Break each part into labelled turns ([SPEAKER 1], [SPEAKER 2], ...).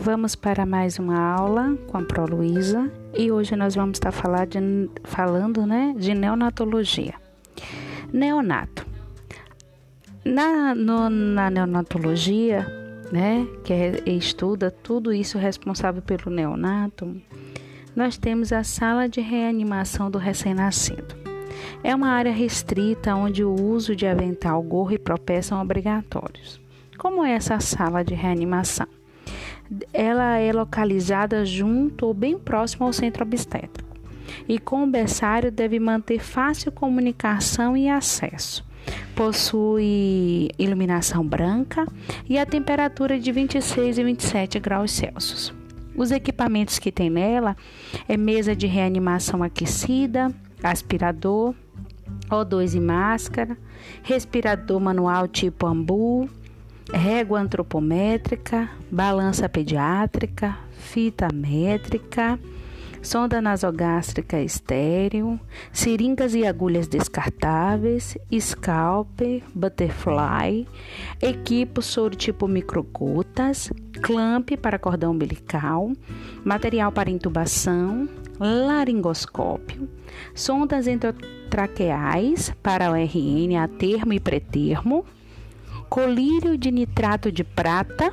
[SPEAKER 1] Vamos para mais uma aula com a Pro Luísa e hoje nós vamos estar falando de neonatologia. Neonato. Na neonatologia, que estuda tudo isso responsável pelo neonato, nós temos a sala de reanimação do recém-nascido. É uma área restrita onde o uso de avental, gorro e propé são obrigatórios. Como é essa sala de reanimação? Ela é localizada junto ou bem próximo ao centro obstétrico e com o berçário deve manter fácil comunicação e acesso. Possui iluminação branca e a temperatura de 26 e 27 graus Celsius. Os equipamentos que tem nela é mesa de reanimação aquecida, aspirador, O2 e máscara, respirador manual tipo Ambu, régua antropométrica, balança pediátrica, fita métrica, sonda nasogástrica estéril, seringas e agulhas descartáveis, scalpel, butterfly, equipo soro tipo microgotas, clamp para cordão umbilical, material para intubação, laringoscópio, sondas endotraqueais para o RN a termo e pré-termo, colírio de nitrato de prata,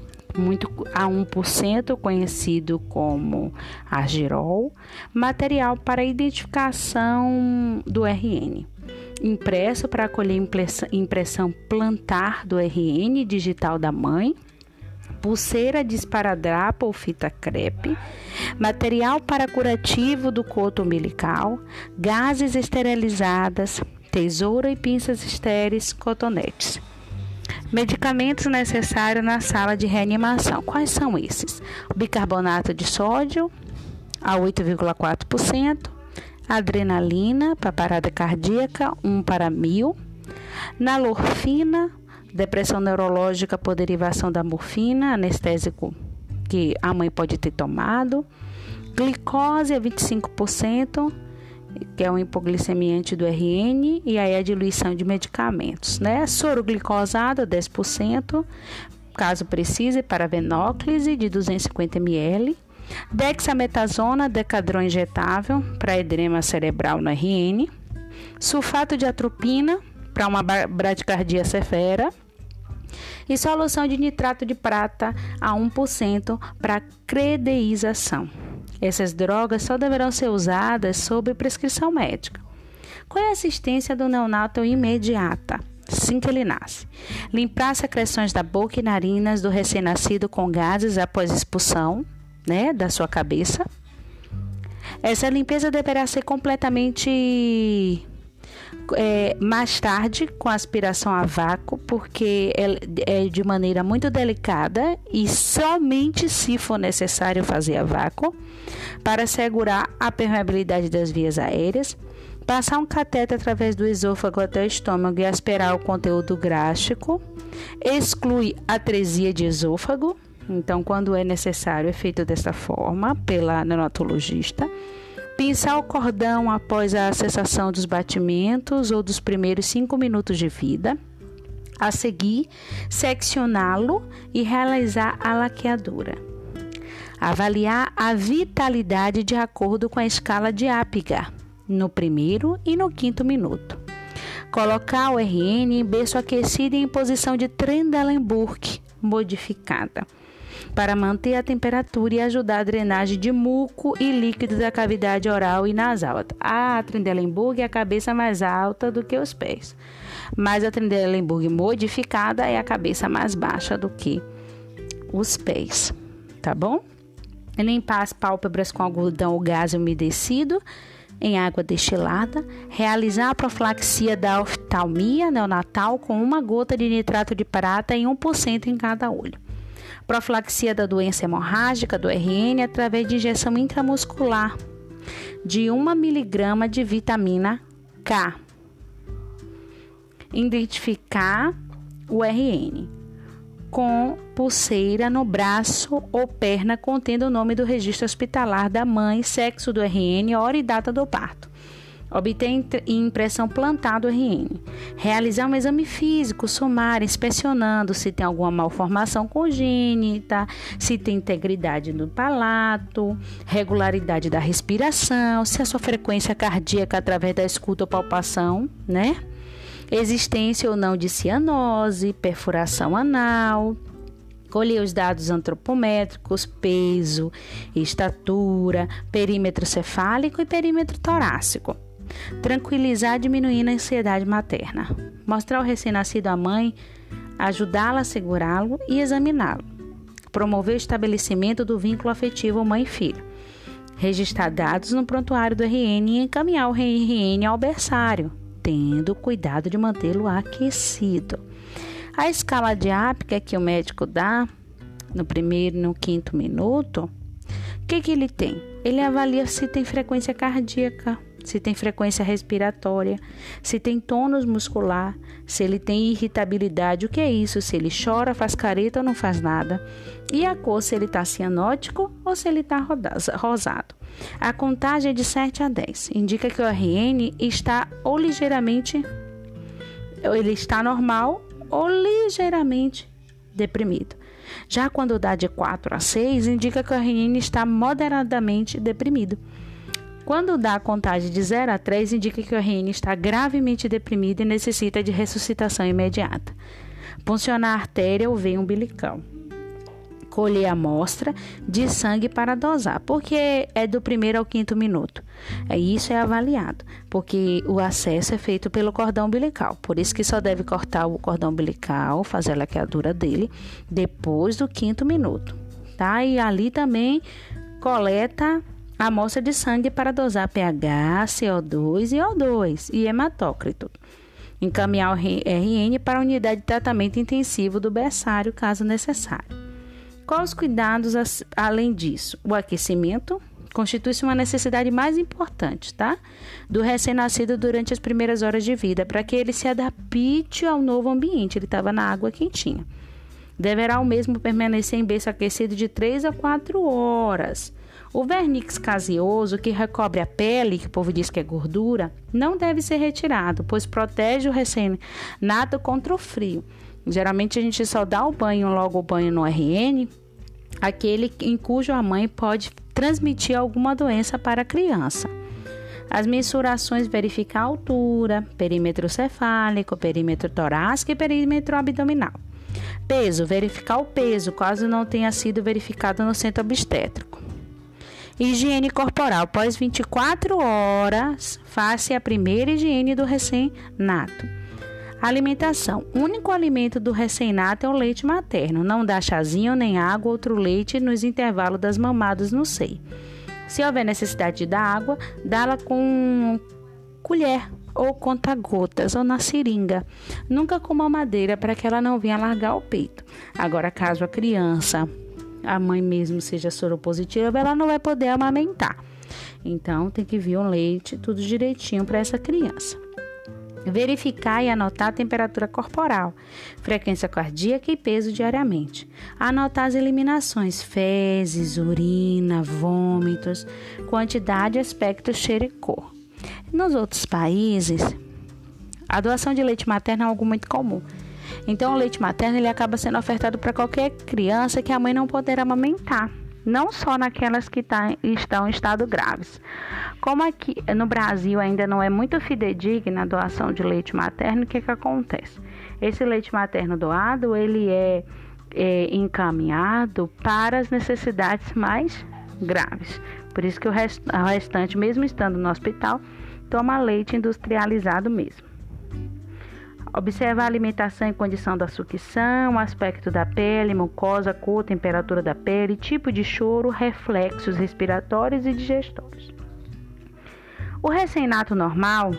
[SPEAKER 1] a 1%, conhecido como argirol, material para identificação do RN, impresso para acolher impressão plantar do RN digital da mãe, pulseira de esparadrapo ou fita crepe, material para curativo do coto umbilical, gases esterilizadas, tesoura e pinças estéreis, cotonetes. Medicamentos necessários na sala de reanimação. Quais são esses? O bicarbonato de sódio a 8,4%, adrenalina para parada cardíaca 1/1000, nalorfina, depressão neurológica por derivação da morfina, anestésico que a mãe pode ter tomado, glicose a 25%, que é um hipoglicemiante do RN, e aí a diluição de medicamentos, Soro glicosado, 10%, caso precise, para venóclise, de 250 ml, dexametasona, decadron injetável, para edema cerebral no RN, sulfato de atropina, para uma bradicardia severa, e solução de nitrato de prata a 1% para credeização. Essas drogas só deverão ser usadas sob prescrição médica. Qual é a assistência do neonato imediata? Assim que ele nasce. Limpar as secreções da boca e narinas do recém-nascido com gases após expulsão, da sua cabeça. Essa limpeza deverá ser completamente mais tarde, com aspiração a vácuo, porque é de maneira muito delicada e somente se for necessário fazer a vácuo, para assegurar a permeabilidade das vias aéreas, passar um cateter através do esôfago até o estômago e aspirar o conteúdo gástrico, exclui atresia de esôfago, então quando é necessário é feito desta forma pela neonatologista, pinçar o cordão após a cessação dos batimentos ou dos primeiros 5 minutos de vida. A seguir, seccioná-lo e realizar a laqueadura. Avaliar a vitalidade de acordo com a escala de Apgar, no primeiro e no 5º minuto. Colocar o RN em berço aquecido e em posição de Trendelenburg modificada, para manter a temperatura e ajudar a drenagem de muco e líquido da cavidade oral e nasal. A Trendelenburg é a cabeça mais alta do que os pés, mas a Trendelenburg modificada é a cabeça mais baixa do que os pés, tá bom? Limpar as pálpebras com algodão ou gás umedecido em água destilada, realizar a profilaxia da oftalmia neonatal com 1 gota de nitrato de prata e 1% em cada olho. Profilaxia da doença hemorrágica do RN através de injeção intramuscular de 1 mg de vitamina K. Identificar o RN com pulseira no braço ou perna contendo o nome do registro hospitalar da mãe, sexo do RN, hora e data do parto. Obter impressão plantar do RN. Realizar um exame físico, sumário, inspecionando se tem alguma malformação congênita, se tem integridade no palato, regularidade da respiração, se a sua frequência cardíaca através da escuta ou palpação, né? Existência ou não de cianose, perfuração anal. Colher os dados antropométricos, peso, estatura, perímetro cefálico e perímetro torácico. Tranquilizar, diminuindo a ansiedade materna. Mostrar ao recém-nascido à mãe, ajudá-la a segurá-lo e examiná-lo. Promover o estabelecimento do vínculo afetivo mãe-filho. Registrar dados no prontuário do RN e encaminhar o RN ao berçário, tendo cuidado de mantê-lo aquecido. A escala diápica que o médico dá no primeiro e no quinto minuto, o que ele tem? Ele avalia se tem frequência cardíaca, se tem frequência respiratória, se tem tônus muscular, se ele tem irritabilidade, o que é isso? Se ele chora, faz careta ou não faz nada. E a cor, se ele está cianótico ou se ele está rosado. A contagem é de 7 a 10. Indica que o RN está ou ligeiramente, ele está normal ou ligeiramente deprimido. Já quando dá de 4 a 6, indica que o RN está moderadamente deprimido. Quando dá a contagem de 0 a 3, indica que o RN está gravemente deprimido e necessita de ressuscitação imediata. Puncionar a artéria ou veia umbilical. Colher a amostra de sangue para dosar, porque é do primeiro ao quinto minuto. Isso é avaliado, porque o acesso é feito pelo cordão umbilical. Por isso que só deve cortar o cordão umbilical, fazer a laqueadura dele, depois do quinto minuto. Tá? E ali também coleta a amostra de sangue para dosar pH, CO2 e O2 e hematócrito. Encaminhar o RN para a unidade de tratamento intensivo do berçário, caso necessário. Quais os cuidados além disso? O aquecimento constitui-se uma necessidade mais importante, tá? Do recém-nascido durante as primeiras horas de vida, para que ele se adapte ao novo ambiente. Ele estava na água quentinha. Deverá o mesmo permanecer em berço aquecido de 3 a 4 horas. O vernix caseoso, que recobre a pele, que o povo diz que é gordura, não deve ser retirado, pois protege o recém-nato contra o frio. Geralmente a gente só dá logo o banho no RN, aquele em cujo a mãe pode transmitir alguma doença para a criança. As mensurações, verificar a altura, perímetro cefálico, perímetro torácico e perímetro abdominal. Peso, verificar o peso, caso não tenha sido verificado no centro obstétrico. Higiene corporal, após 24 horas, faça a primeira higiene do recém-nato. Alimentação. O único alimento do recém-nato é o leite materno. Não dá chazinho, nem água ou outro leite nos intervalos das mamadas no seio. Se houver necessidade de dar água, dá-la com colher ou conta-gotas ou na seringa. Nunca com mamadeira para que ela não venha largar o peito. Agora, caso a criança, a mãe mesmo seja soropositiva, ela não vai poder amamentar. Então, tem que vir um leite, tudo direitinho para essa criança. Verificar e anotar a temperatura corporal, frequência cardíaca e peso diariamente. Anotar as eliminações, fezes, urina, vômitos, quantidade, aspecto, cheiro e cor. Nos outros países, a doação de leite materno é algo muito comum. Então, o leite materno ele acaba sendo ofertado para qualquer criança que a mãe não poderá amamentar. Não só naquelas que estão em estado graves. Como aqui no Brasil ainda não é muito fidedigna a doação de leite materno, o que acontece? Esse leite materno doado, ele é encaminhado para as necessidades mais graves. Por isso que o restante, mesmo estando no hospital, toma leite industrializado mesmo. Observar a alimentação em condição da sucção, aspecto da pele, mucosa, cor, temperatura da pele, tipo de choro, reflexos respiratórios e digestórios. O recém-nato normal,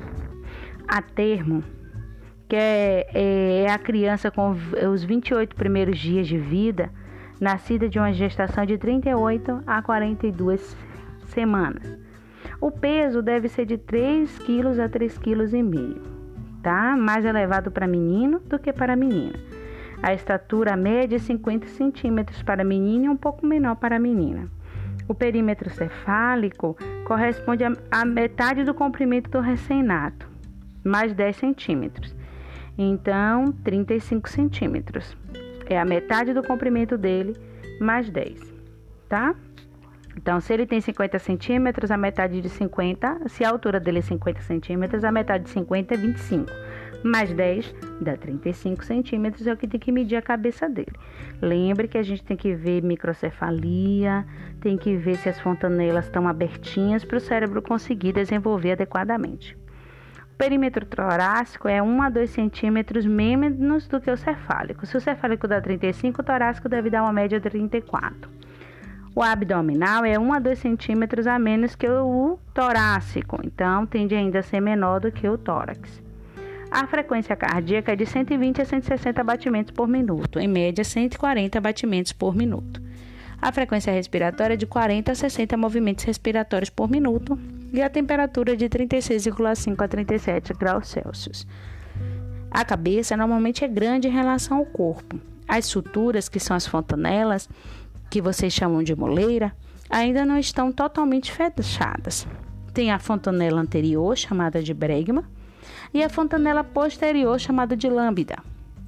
[SPEAKER 1] a termo, que é a criança com os 28 primeiros dias de vida, nascida de uma gestação de 38 a 42 semanas. O peso deve ser de 3 kg a 3,5 kg. Tá? Mais elevado para menino do que para menina. A estatura média é 50 centímetros para menino e um pouco menor para menina. O perímetro cefálico corresponde à metade do comprimento do recém-nato, mais 10 centímetros. Então, 35 centímetros. É a metade do comprimento dele, mais 10, tá? Então, se ele tem 50 centímetros, a metade de 50, se a altura dele é 50 centímetros, a metade de 50 é 25. Mais 10 dá 35 centímetros, é o que tem que medir a cabeça dele. Lembre que a gente tem que ver microcefalia, tem que ver se as fontanelas estão abertinhas para o cérebro conseguir desenvolver adequadamente. O perímetro torácico é 1 a 2 centímetros menos do que o cefálico. Se o cefálico dá 35, o torácico deve dar uma média de 34. O abdominal é 1 a 2 centímetros a menos que o torácico, então tende ainda a ser menor do que o tórax. A frequência cardíaca é de 120 a 160 batimentos por minuto, em média 140 batimentos por minuto. A frequência respiratória é de 40 a 60 movimentos respiratórios por minuto e a temperatura é de 36,5 a 37 graus Celsius. A cabeça normalmente é grande em relação ao corpo. As suturas, que são as fontanelas, que vocês chamam de moleira, ainda não estão totalmente fechadas. Tem a fontanela anterior, chamada de bregma, e a fontanela posterior, chamada de lambda.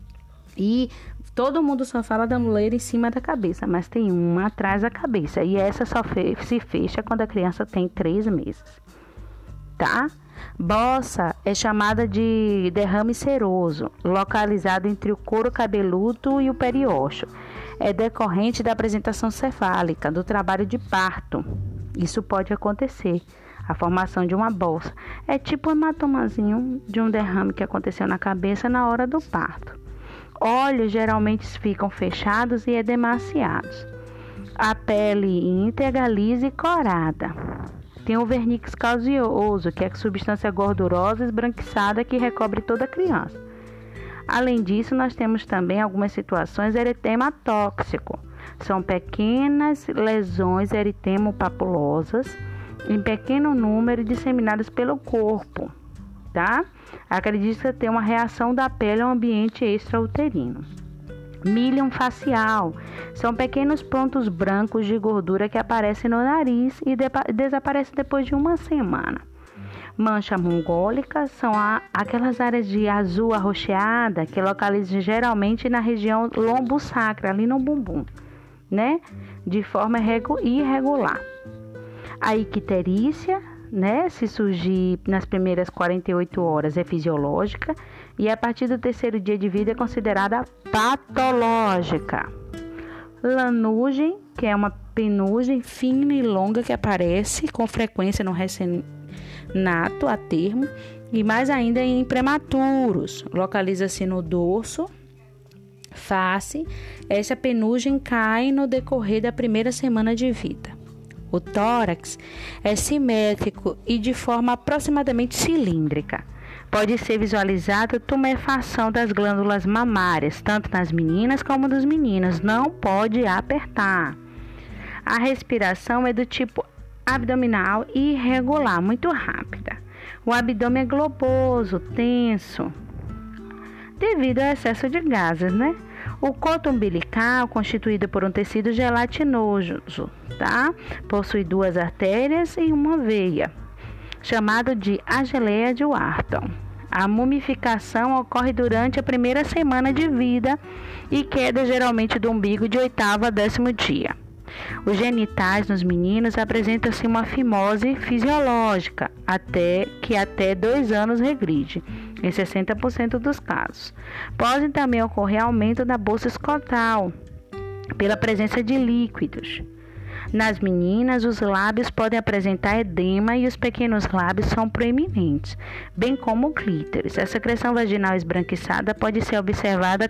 [SPEAKER 1] E todo mundo só fala da moleira em cima da cabeça, mas tem uma atrás da cabeça, e essa só se fecha quando a criança tem 3 meses, tá? Bossa é chamada de derrame seroso, localizado entre o couro cabeludo e o periósteo. É decorrente da apresentação cefálica, do trabalho de parto. Isso pode acontecer. A formação de uma bolsa é tipo um hematomazinho de um derrame que aconteceu na cabeça na hora do parto. Olhos geralmente ficam fechados e edemaciados. A pele íntegra, lisa e corada. Tem o vernix caseoso, que é a substância gordurosa esbranquiçada que recobre toda a criança. Além disso, nós temos também algumas situações de eritema tóxico. São pequenas lesões eritemopapulosas em pequeno número disseminadas pelo corpo, tá? Acredita ter uma reação da pele ao ambiente extrauterino. Milium facial são pequenos pontos brancos de gordura que aparecem no nariz e desaparecem depois de uma semana. Mancha mongólica são aquelas áreas de azul arroxeada que localizam geralmente na região lombo-sacra, ali no bumbum, né? De forma irregular. A icterícia, né? Se surgir nas primeiras 48 horas é fisiológica e a partir do 3º dia de vida é considerada patológica. Lanugem, que é uma penugem fina e longa que aparece com frequência no recém-nato a termo e mais ainda em prematuros. Localiza-se no dorso, face. Essa penugem cai no decorrer da primeira semana de vida. O tórax é simétrico e de forma aproximadamente cilíndrica. Pode ser visualizada tumefação das glândulas mamárias, tanto nas meninas como nos meninos. Não pode apertar. A respiração é do tipo abdominal e irregular, muito rápida. O abdômen é globoso, tenso, devido ao excesso de gases, né? O coto umbilical, constituído por um tecido gelatinoso, tá? Possui 2 artérias e uma veia, chamado de a geleia de Wharton. A mumificação ocorre durante a primeira semana de vida e queda geralmente do umbigo de 8º a 10º dia. Os genitais nos meninos apresentam-se uma fimose fisiológica, até 2 anos regride, em 60% dos casos. Pode também ocorrer aumento da bolsa escrotal, pela presença de líquidos. Nas meninas, os lábios podem apresentar edema e os pequenos lábios são proeminentes, bem como o clítoris. A secreção vaginal esbranquiçada pode ser observada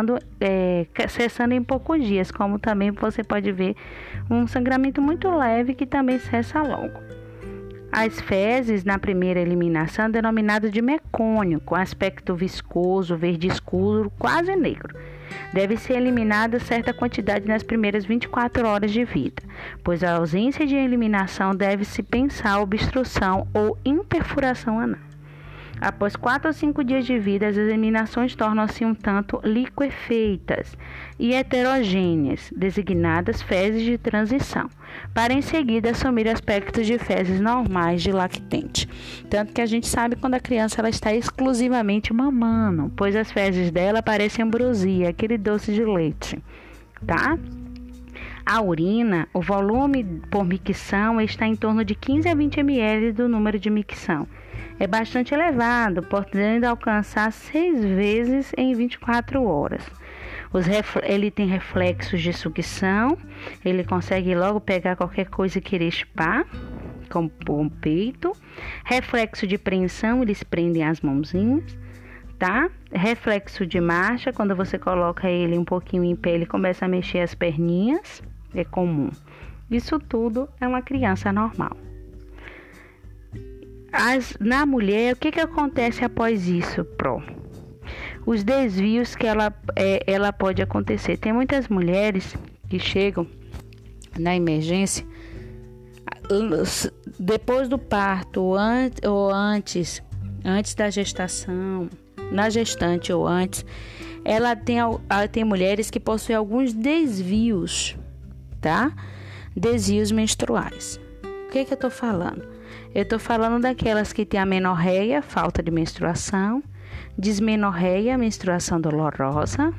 [SPEAKER 1] cessando em poucos dias, como também você pode ver um sangramento muito leve que também cessa logo. As fezes, na primeira eliminação, denominado de mecônio, com aspecto viscoso, verde escuro, quase negro. Deve ser eliminada certa quantidade nas primeiras 24 horas de vida, pois a ausência de eliminação deve-se pensar obstrução ou imperfuração anal. Após 4 ou 5 dias de vida, as eliminações tornam-se um tanto liquefeitas e heterogêneas, designadas fezes de transição, para em seguida assumir aspectos de fezes normais de lactente. Tanto que a gente sabe quando a criança ela está exclusivamente mamando, pois as fezes dela parecem ambrosia, aquele doce de leite, tá? A urina, o volume por micção está em torno de 15 a 20 ml do número de micção. É bastante elevado, podendo alcançar 6 vezes em 24 horas. Ele tem reflexos de sucção, ele consegue logo pegar qualquer coisa e querer chupar, como o peito. Reflexo de preensão, eles prendem as mãozinhas, tá? Reflexo de marcha, quando você coloca ele um pouquinho em pé, ele começa a mexer as perninhas, é comum. Isso tudo é uma criança normal. Na mulher, o que acontece após isso, os desvios que ela pode acontecer. Tem muitas mulheres que chegam na emergência depois do parto ou antes da gestação, na gestante ou antes. Ela tem mulheres que possuem alguns desvios, tá? Desvios menstruais. O que eu tô falando? Eu tô falando daquelas que têm amenorreia, falta de menstruação, dismenorreia, menstruação dolorosa,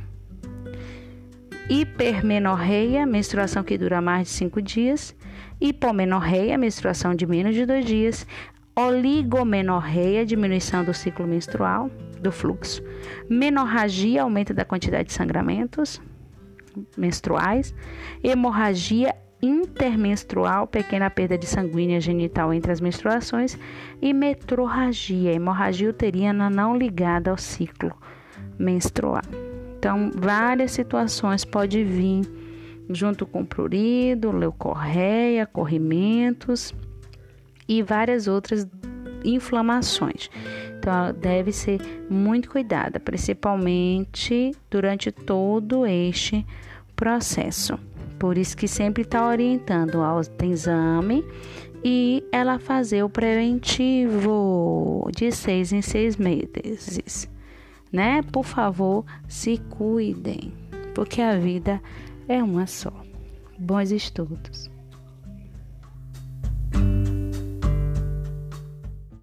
[SPEAKER 1] hipermenorreia, menstruação que dura mais de 5 dias, hipomenorreia, menstruação de menos de 2 dias, oligomenorreia, diminuição do ciclo menstrual, do fluxo, menorragia, aumento da quantidade de sangramentos menstruais, hemorragia intermenstrual, pequena perda de sanguínea genital entre as menstruações, e metrorragia, hemorragia uterina não ligada ao ciclo menstrual. Então, várias situações podem vir junto com prurido, leucorreia, corrimentos e várias outras inflamações. Então, ela deve ser muito cuidada, principalmente durante todo este processo. Por isso que sempre está orientando ao exame e ela fazer o preventivo de 6 em 6 meses, né? Por favor, se cuidem, porque a vida é uma só. Bons estudos.